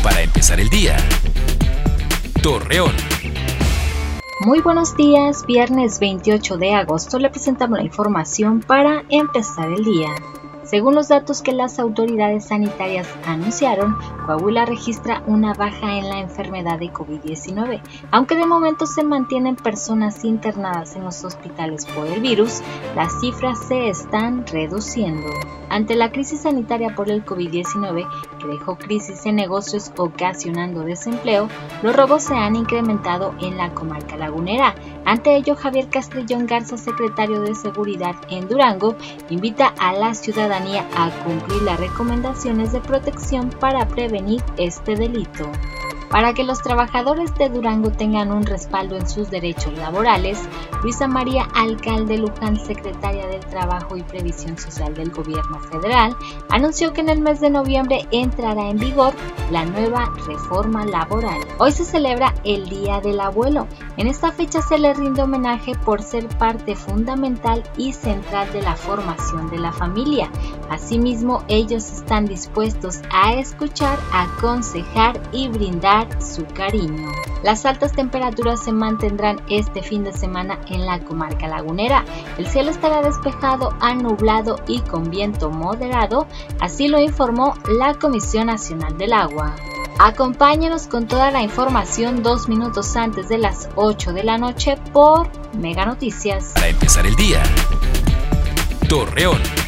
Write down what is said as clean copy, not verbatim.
para empezar el día. Torreón. Muy buenos días, viernes 28 de agosto le presentamos la información para empezar el día. Según los datos que las autoridades sanitarias anunciaron, Coahuila registra una baja en la enfermedad de COVID-19. Aunque de momento se mantienen personas internadas en los hospitales por el virus, las cifras se están reduciendo. Ante la crisis sanitaria por el COVID-19, que dejó crisis en negocios ocasionando desempleo, los robos se han incrementado en la comarca lagunera. Ante ello, Javier Castrillón Garza, secretario de Seguridad en Durango, invita a la ciudadanía a cumplir las recomendaciones de protección para prevenir este delito. Para que los trabajadores de Durango tengan un respaldo en sus derechos laborales, Luisa María Alcalde Luján, secretaria del Trabajo y Previsión Social del Gobierno Federal, anunció que en el mes de noviembre entrará en vigor la nueva reforma laboral. Hoy se celebra el Día del Abuelo. En esta fecha se le rinde homenaje por ser parte fundamental y central de la formación de la familia. Asimismo, ellos están dispuestos a escuchar, aconsejar y brindar su cariño. Las altas temperaturas se mantendrán este fin de semana en la comarca lagunera. El cielo estará despejado a nublado y con viento moderado, así lo informó la Comisión Nacional del Agua. Acompáñenos con toda la información 2 minutos antes de las 8 de la noche por Mega Noticias. Para empezar el día. Torreón.